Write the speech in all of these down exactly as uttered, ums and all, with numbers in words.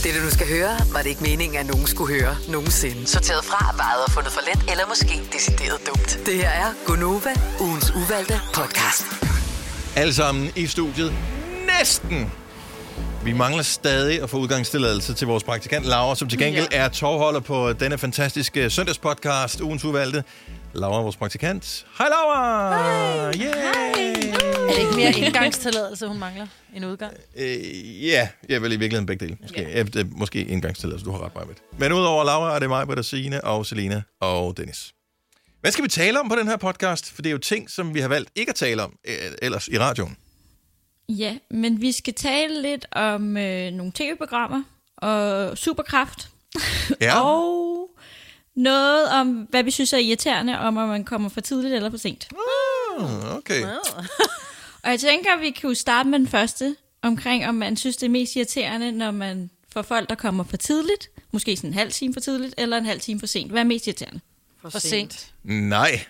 Det, du skal høre, var det ikke meningen, at nogen skulle høre nogensinde. Sorteret fra, vejet og fundet for let, eller måske decideret dumt. Det her er Gonova, ugens uvalgte podcast. Alle sammen i studiet. Næsten. Vi mangler stadig at få udgangstilladelse til vores praktikant Laura, som til gengæld ja. er tovholder på denne fantastiske søndagspodcast, ugens uvalgte. Laura, vores praktikant. Hej Laura! Hej! Yeah. Er det ikke mere indgangstilladelse, hun mangler en udgang? Øh, ja, jeg vil i virkeligheden begge dele. Måske, Ja. ja. måske indgangstilladelse, du har ret meget med. Men udover Laura er det mig, Britta, Signe og Selina og Dennis. Hvad skal vi tale om på den her podcast? For det er jo ting, som vi har valgt ikke at tale om øh, ellers i radioen. Ja, men vi skal tale lidt om øh, nogle tv-programmer og superkraft. Ja. Og noget om, hvad vi synes er irriterende, om at man kommer for tidligt eller for sent. Ah, okay. Og jeg tænker, at vi kan starte med den første, omkring om man synes, det er mest irriterende, når man får folk, der kommer for tidligt. Måske sådan en halv time for tidligt, eller en halv time for sent. Hvad er mest irriterende? For, for sent. sent. Nej.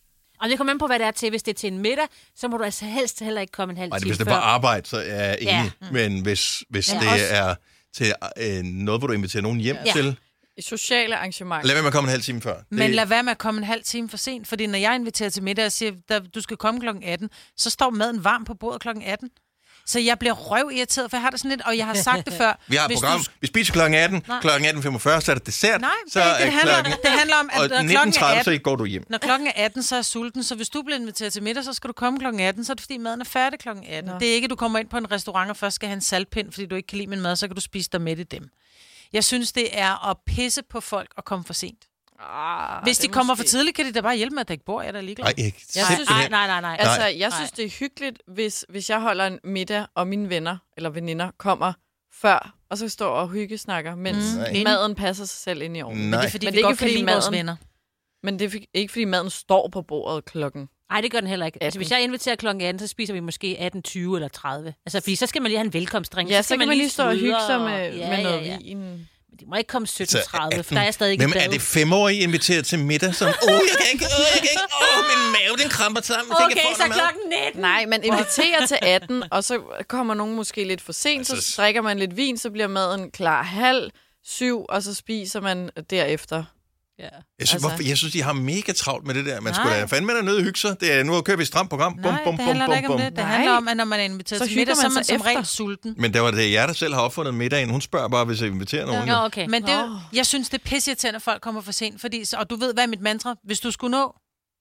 Og det kommer an på, hvad det er til. Hvis det er til en middag, så må du altså helst heller ikke komme en halv Ej, time hvis det før. er på arbejde, så er jeg enig. Ja. Mm. Men hvis, hvis Men det også... er til øh, noget, hvor du inviterer nogen hjem ja. til... Sociale arrangementer. Lad være med at komme en halv time før. Men det... lad være med at komme en halv time for sent, fordi når jeg inviterer til middag og siger, at du skal komme klokken atten, så står maden varm på bordet klokken atten. Så jeg bliver røvirriteret, for jeg har det sådan lidt, og jeg har sagt det før. Vi har et program. Du... Vi spiser klokken atten. Nej. Klokken atten femogfyrre, så er det dessert. Nej, så det, det, er handler, klokken... det handler om, at og nitten tredive, så går du hjem. Når klokken er atten, så er jeg sulten. Så hvis du bliver inviteret til middag, så skal du komme klokken atten. Så er det, fordi maden er færdig klokken atten. Nå. Det er ikke, at du kommer ind på en restaurant og først skal have en saltpind, fordi du ikke kan lide min mad, så kan du spise dig med i dem. Jeg synes, det er at pisse på folk og komme for sent. Ah, Hvis de kommer måske... for tidligt, kan de da bare hjælpe med, at der ikke bor. Jeg er da ligeglad. Nej, ikke. Jeg synes, nej, nej, nej, nej. Altså, jeg synes, det er hyggeligt, hvis, hvis jeg holder en middag, og mine venner eller veninder kommer før, og så står og hyggesnakker, mens mm. maden passer sig selv ind i ovnen. Nej. Men det er fordi, men vi det er godt ikke, kan fordi lide maden, vores venner. Men det er ikke, fordi maden står på bordet klokken. Nej, det gør den heller ikke. Altså, hvis jeg inviterer klokken atten, så spiser vi måske atten tyve eller tredive. Altså, fordi så skal man lige have en velkomstdrink. Ja, så, så kan man lige stå og hygge sig med, og... ja, med noget ja, ja. vin. De må ikke komme sytten tredive, for der er jeg stadig ikke Hvem er det femårige inviteret til middag, som, åh, oh, jeg kan ikke, åh, jeg kan ikke, åh, oh, min mave, den kramper sammen. Okay, så klokken nitten. Nej, man inviterer til atten, og så kommer nogen måske lidt for sent, så drikker man lidt vin, så bliver maden klar halv syv, og så spiser man derefter. Ja. Jeg synes, altså... hvorfor, jeg synes, de har mega travlt med det der. Man skulle da fandme da nødt hygge sig. Det er, nu har kørt vi et stramt program. Bum, Nej, bum, det bum, handler bum, ikke om det. Det Nej. handler om, at når man er inviteret så til middag, så er man som efter. regel sulten. Men det var det, jeg der selv har opfundet middagen. Hun spørger bare, hvis jeg inviterer nogen. Ja, okay. Men det, oh. jeg synes, det er pisseirriterende, at folk kommer for sent. Fordi, og du ved, hvad er mit mantra? Hvis du skulle nå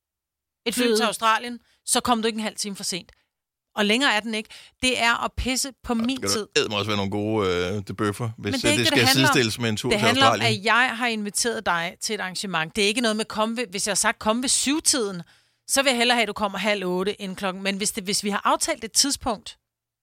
et fly til Australien, så kom du ikke en halv time for sent. Og længere er den ikke. Det er at pisse på og min tid. Det må også være nogle gode øh, debøffer, hvis det, det, ikke, det skal det sidestilles med en tur det til handler Australien. om, at jeg har inviteret dig til et arrangement. Det er ikke noget med at komme ved, hvis jeg har sagt komme ved syvtiden, så vil jeg hellere have, at du kommer halv otte end klokken. Men hvis, det, hvis vi har aftalt et tidspunkt,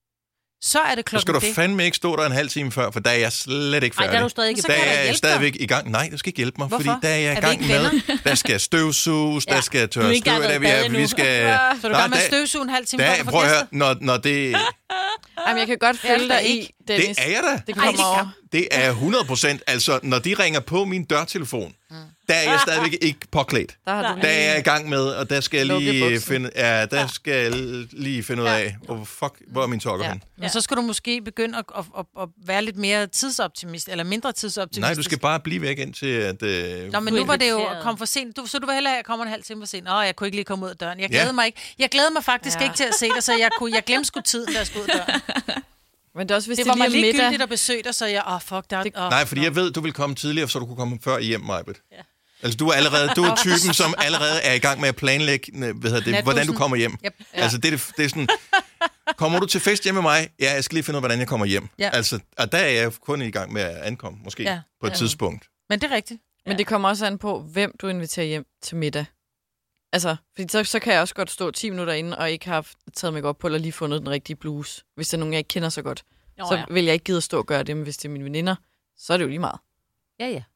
så er det klokken. Så skal du det. fandme ikke stå der en halv time før, for der er jeg slet ikke færdig. Nej, der er du stadig ikke. Der er jeg stadigvæk i gang. Nej, du skal ikke hjælpe mig, Hvorfor? fordi der er jeg i Er gang med. Der skal støvsuges, ja. Der skal tørre støv, der vi, er, vi skal... Ja. Så du kan med støvsuge en halv time der, før du får prøv at høre, gæster? når, når det... Jamen, jeg kan godt følge dig i, Dennis. Det er jeg da. Det kommer Ej, over. Det er hundrede procent. Altså, når de ringer på min dørtelefon, der er jeg stadigvæk ikke påklædt. Der, har du der er jeg i gang med, og der skal jeg lige finde, ja, der Ja. skal jeg lige finde ud af, hvor, fuck, hvor er min sokker Ja. hen? Men så skal du måske begynde at, at, at, at være lidt mere tidsoptimist, eller mindre tidsoptimist. Nej, du skal bare blive væk indtil at... Øh... Nå, men nu var det jo at komme for sent. Du, så du var hellere, at jeg kommer en halv time for sent. Åh, jeg kunne ikke lige komme ud af døren. Jeg glæder Ja. mig ikke. Jeg glæder mig faktisk Ja. ikke til at se dig, så jeg, kunne, jeg glemte sgu tiden, da jeg skulle ud af døren. Men det er også, hvis Det det, var det mig lige er middag. ligegyldigt at besøge dig, så jeg... Åh, oh, fuck, der... Oh, Nej, fordi jeg ved, du vil komme tidligere, så du kunne komme før hjem, Majbet. Ja. Altså, du er allerede, du er typen, som allerede er i gang med at planlægge, hvad hedder det, hvordan du kommer hjem. Yep. Ja. Altså, det er, det er sådan, kommer du til fest hjemme med mig? Ja, jeg skal lige finde ud af, hvordan jeg kommer hjem. Ja. Altså, og der er jeg kun i gang med at ankomme, måske, Ja. på et Ja. tidspunkt. Men det er rigtigt. Men det kommer også an på, hvem du inviterer hjem til middag. Altså, fordi så, så kan jeg også godt stå ti minutter inde, og ikke have taget mig op på, eller lige fundet den rigtige bluse. Hvis det er nogen, jeg ikke kender så godt. Nå, så ja. vil jeg ikke gide at stå og gøre det, men hvis det er mine veninder, så er det jo lige meget. Ja, ja.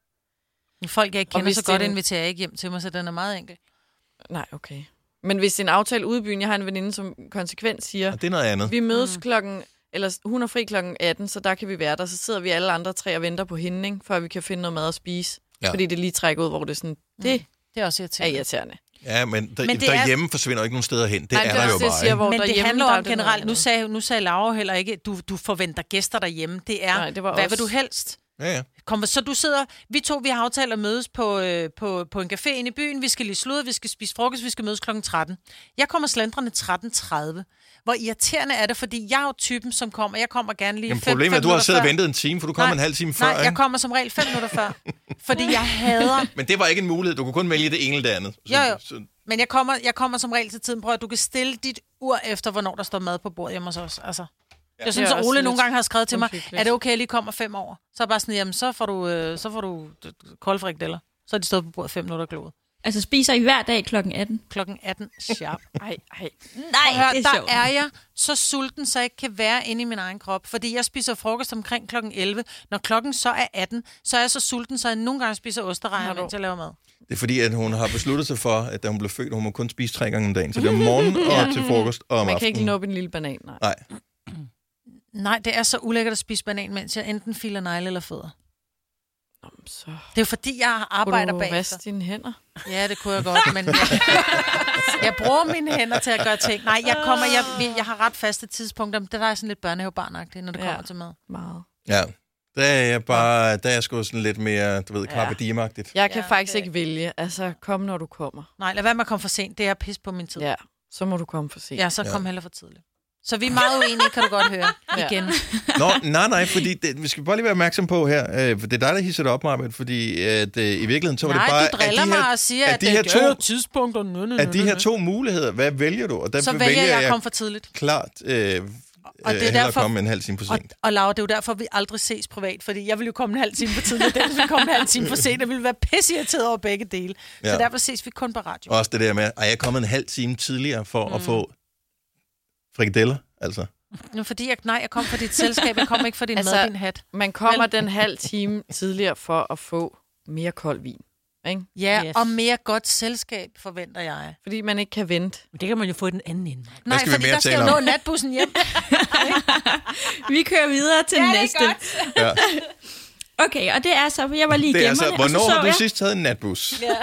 Men folk, jeg ikke Og kender hvis så det er godt, en- inviterer jeg ikke hjem til mig, så den er meget enkel. Nej, okay. Men hvis det er en aftale ude i byen, jeg har en veninde, som konsekvent siger, Og det er noget andet. vi mødes mm. klokken, eller hun er fri klokken atten, så der kan vi være der. Så sidder vi alle andre tre og venter på hende, ikke? Før vi kan finde noget mad at spise. Ja. Fordi det lige trækker ud, hvor det er sådan, det Det er også er irriterende. irriterende. Ja, men, der, Men det derhjemme er... forsvinder ikke nogen steder hen. Det Nej, er det der er jo også det, bare, jeg siger, ikke? hvor Men det derhjemme, handler der er om det noget generelt, nu andet. sagde, nu sagde Laura heller ikke, du, du forventer gæster derhjemme. Det er, Nej, det var hvad os. vil du helst? Ja, ja. Kom, så du sidder, vi to, vi har aftalt at mødes på, øh, på, på en café inde i byen. Vi skal lige sludre, vi skal spise frokost, vi skal mødes klokken tretten. Jeg kommer slendrende tretten tredive. Hvor irriterende er det, fordi jeg er jo typen, som kommer. Jeg kommer gerne lige Jamen, fem, problemet er, fem at du har minutter siddet og før. ventet en time, for du kommer en halv time før, Nej, jeg ikke? kommer som regel fem minutter før. Fordi jeg hader... Men det var ikke en mulighed. Du kunne kun vælge det ene eller det andet. Så, Jo, jo. Så, Men jeg kommer, jeg kommer som regel til tiden. Prøv at du kan stille dit ur efter, hvornår der står mad på bordet hjemme hos os. Altså. Ja, jeg synes, det er at også Ole lidt nogle gange har skrevet til mig, uhyggeligt. er det okay, at jeg lige kommer fem over? Så er jeg bare sådan, jamen, så får du, øh, så får du koldfrikadeller. Så er de stået på bordet fem minutter kloget. Altså spiser I hver dag klokken atten? Klokken atten sharp. Ej, ej. Nej, hør, det er der sjovt. er jeg så sulten, så jeg ikke kan være inde i min egen krop. Fordi jeg spiser frokost omkring klokken elleve. Når klokken så er atten, så er jeg så sulten, så jeg nogle gange spiser osterejer, mens jeg laver mad. det er fordi, at hun har besluttet sig for, at da hun blev født, hun må kun spise tre gange om dagen. Så det er om morgenen og til frokost og om Man kan ikke aftenen. nå en lille banan, nej. Nej. Nej, det er så ulækkert at spise banan, mens jeg enten filer negle eller fødder. Nå, så Det er jo fordi, jeg arbejder kunne du bagefter. vaske dine hænder. Ja, det kunne jeg godt, men jeg, jeg bruger mine hænder til at gøre ting. Nej, jeg kommer, jeg, jeg har ret faste tidspunkter, men det der er sådan lidt børnehavebarnagtigt, når det Ja. kommer til mad. Meget. Ja. Der er jeg bare, der er jeg sgu sådan lidt mere, du ved, carpe diem-agtigt. Jeg kan Ja, faktisk det- ikke vælge. Altså, kom når du kommer. Nej, lad være med at komme for sent. Det er pis på min tid. Ja, så må du komme for sent. Ja, så kom heller for tidligt. Så vi er meget uenige, kan du godt høre. Ja. Igen. Nå, nej, nej, fordi det, vi skal bare lige være opmærksom på her, øh, for det er dig, der hisser det op, Marvind, fordi at, øh, i virkeligheden så var Nej, det bare... du driller at de her, mig og siger, at at, de det her er to- to tidspunkter. Nø, nø, Af de nø, her nø. to muligheder, hvad vælger du? Og der Så vælger jeg at komme for tidligt. klart øh, Og det er hellere derfor- komme en halv time for Og, sent. og Laura, det er jo derfor, vi aldrig ses privat, fordi jeg vil jo komme en halv time for tidligt, og den vil komme en halv time for sent, og vi vil være pisseirriteret over begge dele. Så Ja. derfor ses vi kun på radio. Også det der med, at jeg er kommet en halv time tidligere for mm. at få frikadeller, altså. Nu, fordi jeg, nej, jeg kom fra dit selskab, jeg kom ikke fra din Altså- mad, din hat. Man kommer den halv time tidligere for at få mere kold vin. Ikke? Ja, Yes. yes. og mere godt selskab, forventer jeg. Fordi man ikke kan vente. Men det kan man jo få i den anden ende. Nej, skal vi fordi mere der skal tale jo om? nå natbussen hjem. Vi kører videre til ja, næste. Ja. Okay, og det er så, jeg var lige Det er gemmerne, altså, og hvornår så så har du jeg, sidst taget en natbus? Ja.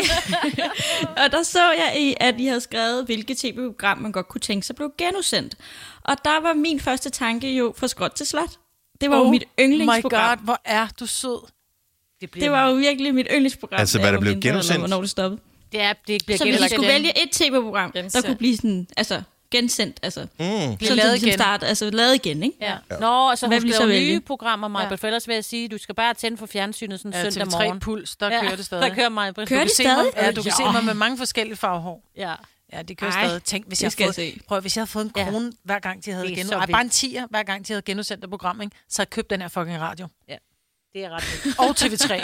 og der så jeg, i, at I havde skrevet, hvilket tv-program man godt kunne tænke sig blev genudsendt. Og der var min første tanke jo fra skråt til slot. Det var oh jo mit my yndlingsprogram. god, hvor er du sød. Det, bliver, Det var jo virkelig mit yndlingsprogram. Altså, da hvad jeg der var blev mindre, eller genudsendt? Hvornår det stoppede. det, er, det bliver Så hvis I genudsendt. skulle vælge et tv-program, der Gensendt. kunne blive sådan, altså gensendt, altså Mm. sådan, lavet lavet ligesom igen. start, altså lavet igen, ikke? Ja. Nå, og så Hvad hun vil I skal så lave vælge? nye programmer, Maja. Ja. For ellers vil jeg sige, du skal bare tænde for fjernsynet sådan Ja, søndag T V tre morgen. Puls, der ja, kører det stadig. Der kører mig. Kører Du de kan se stadig? mig, ja, du kan Ja. se mig med mange forskellige farvehår. Ja. Ja, de kører Ej, stadig. Tænk, hvis det jeg, skal havde jeg fået, prøv, hvis jeg havde fået en Ja. krone, hver gang de havde Det er genudsendt. så Ej, bare en vildt. tier, hver gang de havde genudsendt et program, ikke? Så havde jeg købt den her fucking radio. Det er ret vildt. Og T V tre.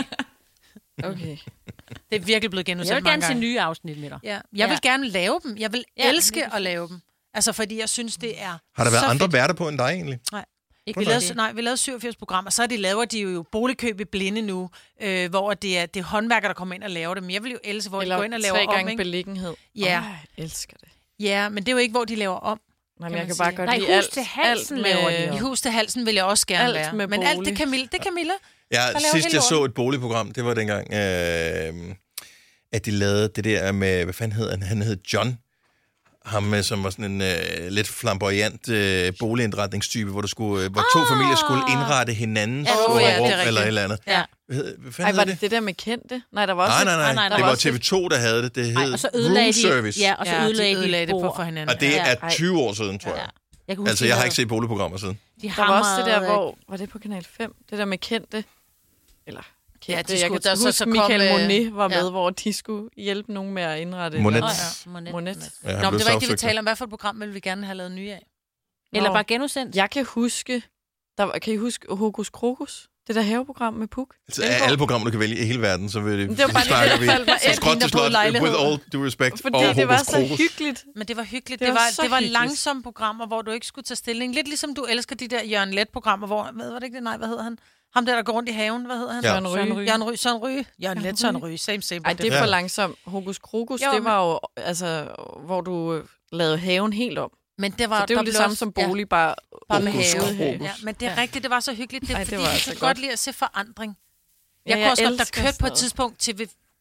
Okay. Det er virkelig blevet genudsendt Jeg vil mange gerne se gange. nye afsnit med dig. Ja. Jeg vil Ja. gerne lave dem. Jeg vil Ja, elske lige at lave dem. Altså, fordi jeg synes, det er Har der været så andre fedt. værter på end dig egentlig? Ikke Vi for lavede, det. nej, vi lavede syvogfirs programmer, så de laver de jo boligkøb i blinde nu, øh, hvor det er, det er håndværkere, der kommer ind og laver dem. Jeg vil jo elske, hvor Eller de går ind og laver tre om, gange ikke? beliggenhed. Ja. Åh, jeg elsker det. Ja, men det er jo ikke, hvor de laver om. Nej, Kan men jeg man kan bare sige. godt Nej, lide hus alt. til halsen alt laver de med, jo. I hus til halsen vil jeg også gerne Alt være. med Men alt bolig. det Camilla, det er Camilla. Ja, laver sidst hele jeg så lorten. et boligprogram, det var dengang, øh, at de lavede det der med, hvad fanden hed han? Han hed John. Ham, øh, som var sådan en øh, lidt flamboyant øh, boligindretningstype, hvor, der skulle, øh, hvor to Ah! familier skulle indrette hinandens Ja, oh, ja, det er rum, rigtigt. eller et eller andet. Ja. Hvad, hed- hvad fanden Ej, hed var det? det det der med kendte? Nej, der var også... Nej, nej, nej. nej, nej, der det var var også T V to, der havde det. Det hed Ej, og så Room ødelagde de, Service. ja, og så Ja, de ødelagde de, ødelagde et det på bord. for hinanden. Og det Ja. er Ej. tyve år siden, tror jeg. Jeg kan huske, Altså, de jeg har havde- ikke set boligprogrammer siden. De Der var også det der, hamrede- hvor... Var det på Kanal fem? Det der med kendte? Eller kendte? Ja, de jeg skulle- kan der så- huske, så kom, Michael øh, Monet var med, ja. hvor de skulle hjælpe nogen med at indrette... Monet. Nå, ja. Monet. Monet. Ja, han Nå, men blev det var ikke det, vi sagsøgt. taler om. Hvad for et program vil vi gerne have lavet nye af? Eller Nå. bare genudsendt. Jeg kan huske... Der var, kan I huske Hokus Krokus? Det der haveprogram med Puk? Altså, af alle programmer, du kan vælge i hele verden, så vil det, Det var bare lige snakker det, vi der faldt mig fra ind. skråt En, der til boede i slot, lejlighed. with all due respect, Fordi og det var Hokus så Krokus. hyggeligt. Men det var hyggeligt. Det Det var var, så det var hyggeligt. langsomme programmer, hvor du ikke skulle tage stilling. Lidt ligesom du elsker de der Jørgen Let-programmer, hvor... Hvad var det ikke det? Nej, hvad hedder han? Ham der, der går rundt i haven. Hvad hedder han? Ja. Søren Ryge. Jørgen Ryge. Søren Ryge. Jørgen Let, Søren Ryge. Same, same. Ej, det er Ja. for langsomt. Hokus Krokus, Jo, det men- var jo, altså, hvor du øh, lavede haven helt om. Men det var... Så det er jo der det blev samme også- som bolig, bare, Bare med Hokus have. Krokus. Ja, men det er Ja. rigtigt, det var så hyggeligt. Det er Ej, det fordi, var jeg altså kan godt. godt lide at se forandring. Ja, Jeg jeg kunne også godt, der elsker kørte sådan på et noget. tidspunkt T V,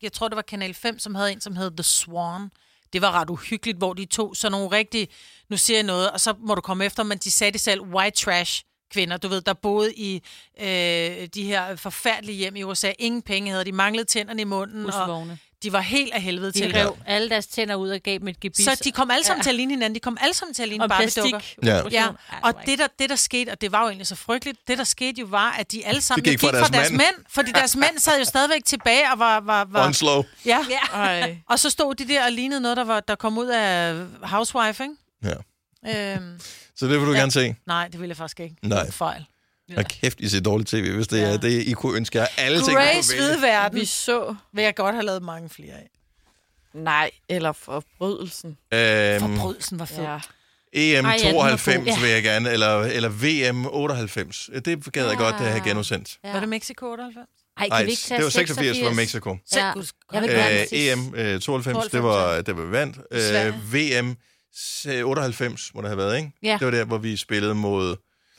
jeg tror det var Kanal fem, som havde en, som hed The Swan. Det var ret uhyggeligt, hvor de tog sådan nogle rigtige, nu siger jeg noget, og så må du komme efter, men de sagde det selv, white trash kvinder, du ved, der boede i øh, de her forfærdelige hjem i U S A. Ingen penge havde, de manglede tænderne i munden, og de var helt af helvede de til. De rev alle deres tænder ud og gav dem et gebis. Så de kom alle sammen ja. til at ligne hinanden, de kom alle sammen til at ligne Barbie-dukker. Ja. Ja, og det der, det der skete, og det var jo egentlig så frygteligt, det der skete jo var, at de alle sammen gik, gik fra fra deres, deres mænd. mænd, fordi deres mænd sad jo stadigvæk tilbage og var... var, var On slow. Ja, ja. Og så stod de der og lignede noget, der, var, der kom ud af Housewife, ikke? Ja. Øhm, så det vil du ja. gerne se? Nej, det vil jeg faktisk ikke. Nej. Fejl. Ja. Og kæft, I ser dårligt tv, hvis det ja. er det, I kunne ønske jer alle ting. Grace Hvidverden. Vi så... Vil jeg godt have lavet mange flere af. Nej, eller forbrydelsen. Øhm, forbrydelsen var fed. Ja. E M tooghalvfems ja. vil jeg gerne, eller, eller V M otteoghalvfems. Det gad jeg ja. godt at have genudsendt. Ja. Var det Mexico otteoghalvfems? Ej, kan vi ikke tage det var seksogfirs for Mexico. Ja. Jeg vil gerne øh, E M øh, tooghalvfems, det var, det var vandt. Øh, V M otteoghalvfems må det have været, ikke? Ja. Det var der, hvor vi spillede mod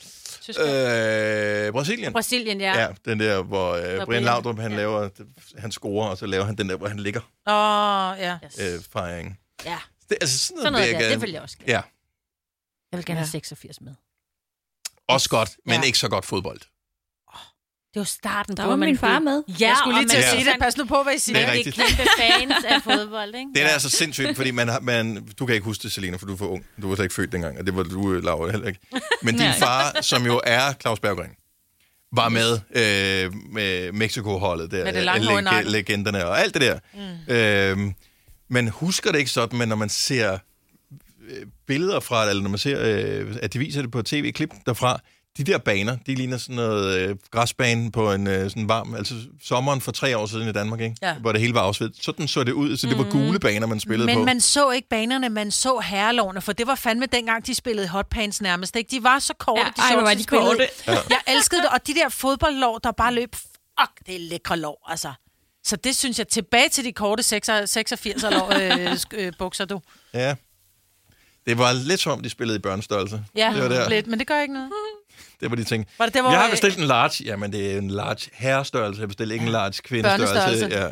øh, Brasilien. Brasilien, ja. Ja, den der, hvor øh, Brian Laudrup, han ja. laver, han scorer, og så laver han den der, hvor han ligger. Åh, oh, ja. Øh, fejring. Ja. Det, altså sådan noget, sådan noget vil der, jeg det vil jeg også gerne. Ja. Jeg vil gerne ja. have seksogfirs med. Også godt, men ja. ikke så godt fodbold. Det var starten. Der var min far med. Ja, jeg skulle lige til at sige det. Pas nu på, hvad I siger. Det er, det er kæmpe fans af fodbold, ikke? Det er altså sindssygt, fordi man, har, man... Du kan ikke huske det, Selina, for du er for ung. Du var slet ikke født dengang, og det var du, Laura, heller ikke. Men din far, som jo er Claus Berggren, var med øh, med Mexico-holdet der. Med det lange leg- legenderne og alt det der. Mm. Øh, man husker det ikke sådan, men når man ser øh, billeder fra det, eller når man ser, øh, at de viser det på tv-klip derfra, de der baner, de ligner sådan noget øh, græsbane på en øh, sådan varm, altså sommeren for tre år siden i Danmark, ikke? Ja. Hvor det hele var afsvedt. Sådan så det ud, så det var gule baner, man spillede Men på. Men man så ikke banerne, man så herrelovene, for det var fandme dengang, de spillede hotpants nærmest, ikke? De var så korte, ja, de ej, shorts, de, de korte. Ja. Jeg elskede det, og de der fodboldlov, der bare løb, fuck, det er lækre lov, altså. Så det synes jeg, tilbage til de korte seksogfirs lov, øh, øh, bukser, du. Ja. Det var lidt som om, de spillede i børnestørrelse. Ja, det var der. lidt, men det gør ikke noget. Det var de ting. Var det der, hvor jeg har bestilt en large. Jamen, det er en large herrestørrelse. Jeg bestilte ikke en large kvindestørrelse. Ja.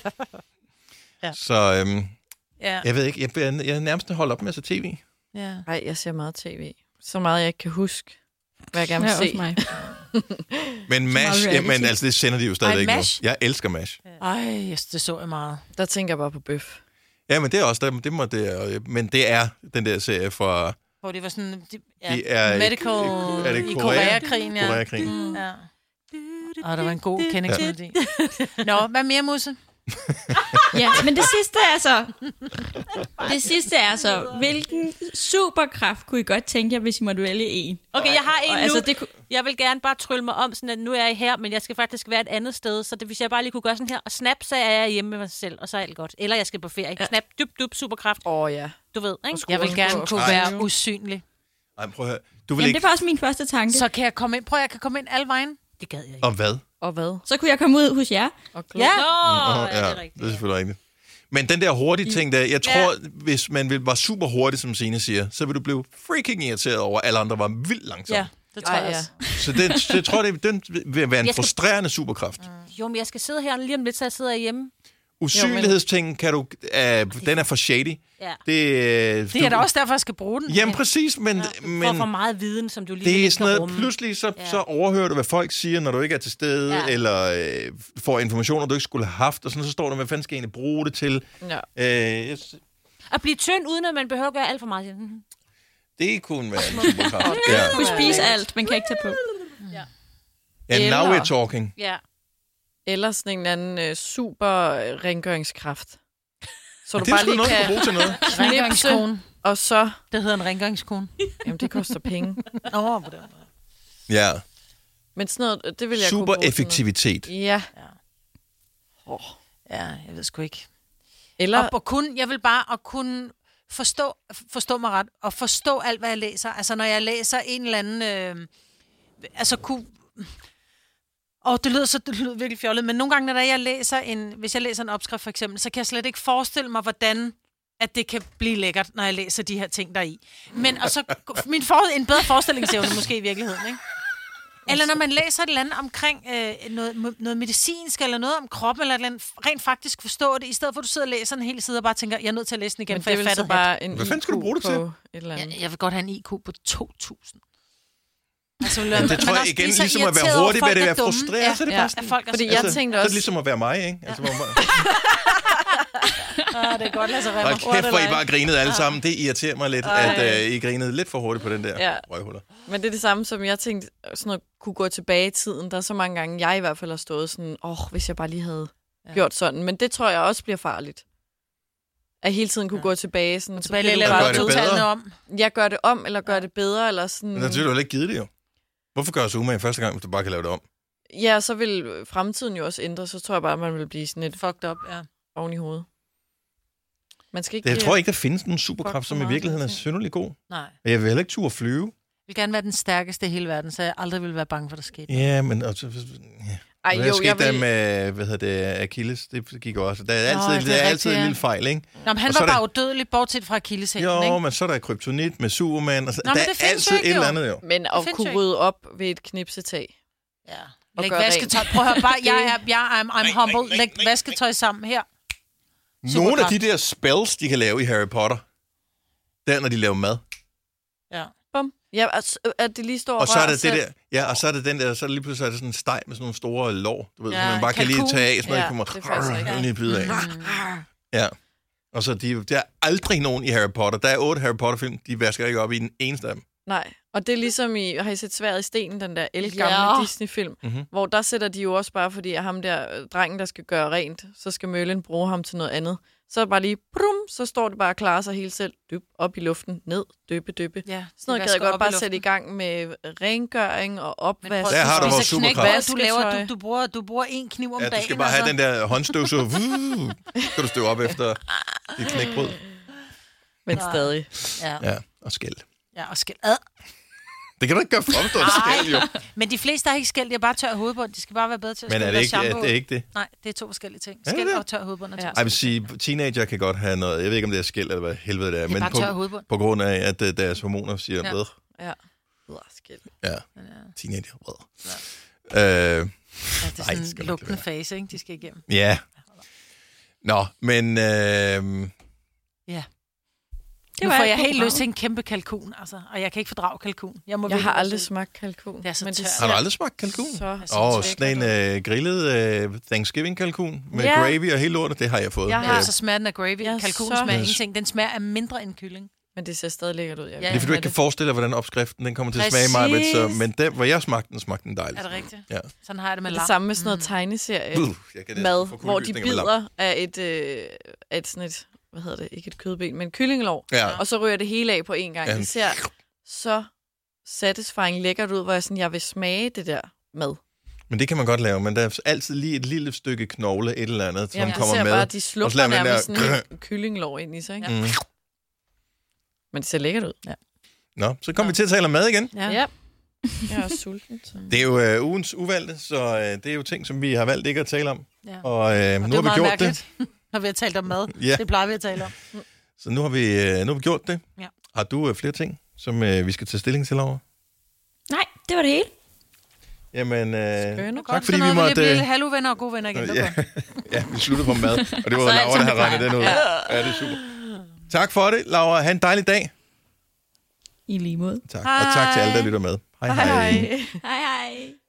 ja. Så øhm, ja. jeg ved ikke. Jeg, jeg, jeg er nærmest holdt op med at se tv. Ja. Nej, jeg ser meget tv. Så meget, jeg ikke kan huske, hvad jeg gerne vil ja, se. Mig. Men MASH, jamen, altså, det sender de jo stadigvæk nu. Jeg elsker MASH. Ej, yes, det så jeg meget. Der tænker jeg bare på bøf. Ja, men det er også der, det må det, men det er den der serie fra... Hvor det var sådan... De, ja, de er, medical er det i Korea? Koreakrigen, ja. Koreakrigen. Mm. Ja. Og der var en god kendingsmelodi. Ja. Nå, hvad mere, Musse? Ja, men det sidste er så... Det sidste er så, hvilken superkraft kunne I godt tænke jer, hvis I måtte vælge en? Okay, jeg har en nu. Altså, det kunne... Jeg vil gerne bare trylle mig om, sådan at nu er jeg her, men jeg skal faktisk være et andet sted. Så det, hvis jeg bare lige kunne gøre sådan her, og snap, så er jeg hjemme med mig selv, og så er alt godt. Eller jeg skal på ferie. Ja. Snap, dyb, dyb, superkraft. Åh oh, ja. Du ved, ikke? Jeg vil gerne kunne være usynlig. Ej, prøv at høre. Du vil Jamen, ikke... det var også min første tanke. Så kan jeg komme ind. Prøv at jeg kan komme ind alle vejen. Det gad jeg ikke. Og hvad? Og hvad? Så kunne jeg komme ud hos jer. Og ja. Nå, oh, ja, ja, det er rigtigt. Det er selvfølgelig rigtigt. Men den der hurtige ting der, jeg tror, ja. hvis man vil, var super hurtig, som Signe siger, så vil du blive freaking irriteret over, at alle andre var vildt langsomme. Ja, det tror jeg også. Så den, så jeg tror, det, den vil være en skal... frustrerende superkraft. Mm. Jo, men jeg skal sidde her lige om lidt, så jeg sidder hjemme. Usynlighedstingen kan du, uh, den er for shady. Ja. Det, det er da også derfor, jeg skal bruge den. Jamen præcis, men... Ja, men for for meget viden, som du lige det er kan sådan noget, rumme. pludselig så, ja. så overhører du, hvad folk siger, når du ikke er til stede, ja. eller øh, får informationer, du ikke skulle have haft, og sådan, så står du, hvad fanden skal jeg egentlig bruge det til? Ja. Øh, jeg, at blive tynd, uden at man behøver at gøre alt for meget. Mm-hmm. Det kunne være en superkraft. Ja. Du kunne spise alt, men kan ikke tage på. Ja, ja now we're talking. Ja. Eller sådan en anden øh, super rengøringskraft. Så du det bare lige noget, kan bruge til noget. Rengøringskone. Og så... Det hedder en rengøringskone. Jamen, det koster penge. Åh, oh, hvordan? Ja. Men sådan noget, det vil jeg super kunne bruge effektivitet. Ja. Ja. Oh. Ja, jeg ved sgu ikke. Eller... Og, og kun, jeg vil bare at kunne forstå, forstå mig ret, og forstå alt, hvad jeg læser. Altså, når jeg læser en eller anden... Øh, altså, kunne... Og det lyder så det lyder virkelig fjollet, men nogle gange, når jeg læser en, hvis jeg læser en opskrift for eksempel, så kan jeg slet ikke forestille mig, hvordan at det kan blive lækkert, når jeg læser de her ting der i. Men og så min for, en bedre forestillingsevne måske i virkeligheden, ikke? Eller når man læser et eller andet omkring øh, noget, noget medicinsk, eller noget om kroppen, eller, eller andet, rent faktisk forstå det, i stedet for at du sidder og læser en hel side og bare tænker, jeg er nødt til at læse den igen, Men for det jeg er vel så fattede bare en Hvad fanden skal du bruge det til? et eller andet. jeg, jeg vil godt have en I Q på to tusind. Altså, Ja, det tror jeg igen, ligesom at være hurtig, vil det være frustreret, så er det bare sådan. Folk er Fordi så- jeg Altså, tænkte Så er det også... ligesom at være mig, ikke? Altså, hvor man... Ah, det er godt, Lasse Og Remmer. kæft, hvor I bare grinede alle sammen. Det irriterer mig lidt, at uh, I grinede lidt for hurtigt på den der Ja. røghuller. Men det er det samme, som jeg tænkte, sådan at kunne gå tilbage i tiden. Der er så mange gange, jeg i hvert fald har stået sådan, åh, oh, hvis jeg bare lige havde ja. gjort sådan. Men det tror jeg også bliver farligt. At hele tiden kunne ja. gå tilbage. Sådan, Tilbage så lige bliver laver Gør du det to bedre. tallene om. jeg gør det om, eller gør det bedre, eller sådan... Men naturligvis har du ikke givet det jo. Hvorfor gør så umage første gang, hvis du bare kan lave det om? Ja, så vil fremtiden jo også ændre, så tror jeg bare, at man vil blive sådan lidt Fucked up, ja. oven i hovedet. Man skal ikke... Det, jeg tror ikke, der findes nogen superkraft, Fuck, som i for virkeligheden er meget. synderlig god. Nej. Og jeg vil heller ikke turde flyve. Jeg vil gerne være den stærkeste i hele verden, så jeg aldrig ville være bange for, at der skete. Ja, men... Altså, ja. Ej, Hvad jo, skete jeg der vil... med, hvad hedder det, Achilles? Det gik også. Der er altid, Nå, Nå, det det er er altid rigtigt, en ja. lille fejl, ikke? Nå, men han Og så var er der- bare udødelig, bortset fra akilleshælen, Jo, ikke? men så er der kryptonit med Superman. Og så, Nå, men der det er findes jo altid ikke, et eller jo. andet, jo. Men at findes kunne jo ikke. rydde op ved et knipsetag. Ja. Og Læg gør vasketøj. Prøv at høre, bare, jeg er, jeg er, I'm humble. Læg vasketøj sammen her. Nogle af Superkraft. de der spells, de kan lave i Harry Potter, der når de laver mad. Ja. Bum. Ja, at, at det lige står Og så er rører det det selv. der, ja, og så er det den der, så er det lige pludselig er det sådan en steg med sådan nogle store lår, du ved, Ja, ja, man bare kan lige kalkun. tage af, så man Ja, ja, kommer det er faktisk rigtigt. lige bid af. Ja. Og så de, der er aldrig nogen i Harry Potter. Der er otte Harry Potter-film, de vasker ikke op i den eneste af dem. Nej, og det er ligesom i, har I set Sværet i stenen, den der elgamle Ja. Disney-film, Mhm. mm-hmm. hvor der sætter de jo også bare, fordi at ham der øh, drengen, der skal gøre rent, så skal Merlin bruge ham til noget andet. Så er det bare lige, brum, så står det bare og klarer sig helt selv, dyb, op i luften, ned, døbe, døbe. Ja, Sådan noget gad jeg godt bare sætte i gang med rengøring og opvask. Der har du vores spiser knæk, superkraft. Du, laver, Vasketøj. du, du, bruger, du bruger en kniv om Ja, dagen. du skal bare have altså. den der håndstøvsuger. Uh, skal du støve op efter dit knækbrød. Men stadig. Ja, Ja, og skæld. ja, og skæld ad. Det kan du ikke gøre fremstå et skæld, jo. Men de fleste har ikke skæld, de er bare tør hovedbund. De skal bare være bedre til at Men er skælde det deres ikke, er shampoo. det ikke det? Nej, det er to forskellige ting. Er det Skæld det? og tør hovedbund er to Ej, jeg vil forskellige sige, teenager kan godt have noget. Jeg ved ikke, om det er skæld eller hvad helvede det er. Det er men bare på, tør hovedbund. på grund af, at øh, deres hormoner siger, Ja. ja. Ja. Uah, skidt. Ja, teenager, brød. Ja. Øh, Ja, det er Nej, sådan det skal en nok lugtende være. fase, ikke? De skal igennem. ja. Nå, men... Øh, Ja. Det Nu var får alt jeg helt programmet. lyst til en kæmpe kalkun, altså. Og jeg kan ikke fordrage kalkun. Jeg, må Jeg virkelig har være aldrig sød. smagt kalkun. Det er så men tørt. har du aldrig smagt kalkun? Så Altså, Åh, oh, så sådan en øh, grillet øh, Thanksgiving-kalkun med Ja. gravy og hele lortet, det har jeg fået. Jeg Jeg har- har... Ja, så smager den af gravy. Jeg er Kalkun så- smager ingenting. Den smager af mindre end kylling. Men det ser stadig lækkert ud. Jeg Ja, Det er fordi, du ikke kan forestille dig, hvordan opskriften den kommer til at smage mig. Men, så, men der, hvor jeg smagte den, smagte den dejligt. Er det rigtigt? Ja. Sådan har jeg det med Det lam. er samme med sådan noget tegneserie Uh, jeg kan næsten mad, få hvor de kuldegysninger med lam. bider af et, øh, af et sådan et, hvad hedder det, ikke et kødben, men kyllingelår. Ja. Og så ryger det hele af på en gang. Ja. Det ser så satisfying lækkert ud, hvor jeg sådan, jeg vil smage det der mad. Men det kan man godt lave, men der er altid lige et lille stykke knogle, et eller andet, som Jamen, kommer ser med. bare, de Og så slupper laver man den nærmest der- sådan en kyllingelår ind i sig, ikke? Ja. Mm. Men det ser lækkert ud. Ja. Nå, så kommer vi til at tale om mad igen. Ja. ja. Jeg er også sulten. Så. Det er jo øh, ugens uvalgte, så øh, det er jo ting, som vi har valgt ikke at tale om. Ja. Og øh, nu Det har er vi meget gjort mærkeligt, når vi har talt om mad. Ja. Det plejer vi at tale om. det. Så nu har vi, øh, nu har vi gjort det. Ja. Har du øh, flere ting, som øh, vi skal tage stilling til over? Nej, det var det hele. Jamen, øh, Skønne. tak fordi vi så nåede måtte... lige Øh, blive halvuvenner og gode venner igen. Det var ja, godt. ja, vi sluttede på mad, og det var Så alt, Laura, som der det har regnet plejer. den ud. Ja. ja, det er super. Tak for det, Laura. Ha' en dejlig dag. I lige måde. Tak. Og tak til alle, der lytter med. Hej hej. Hej. Hej hej.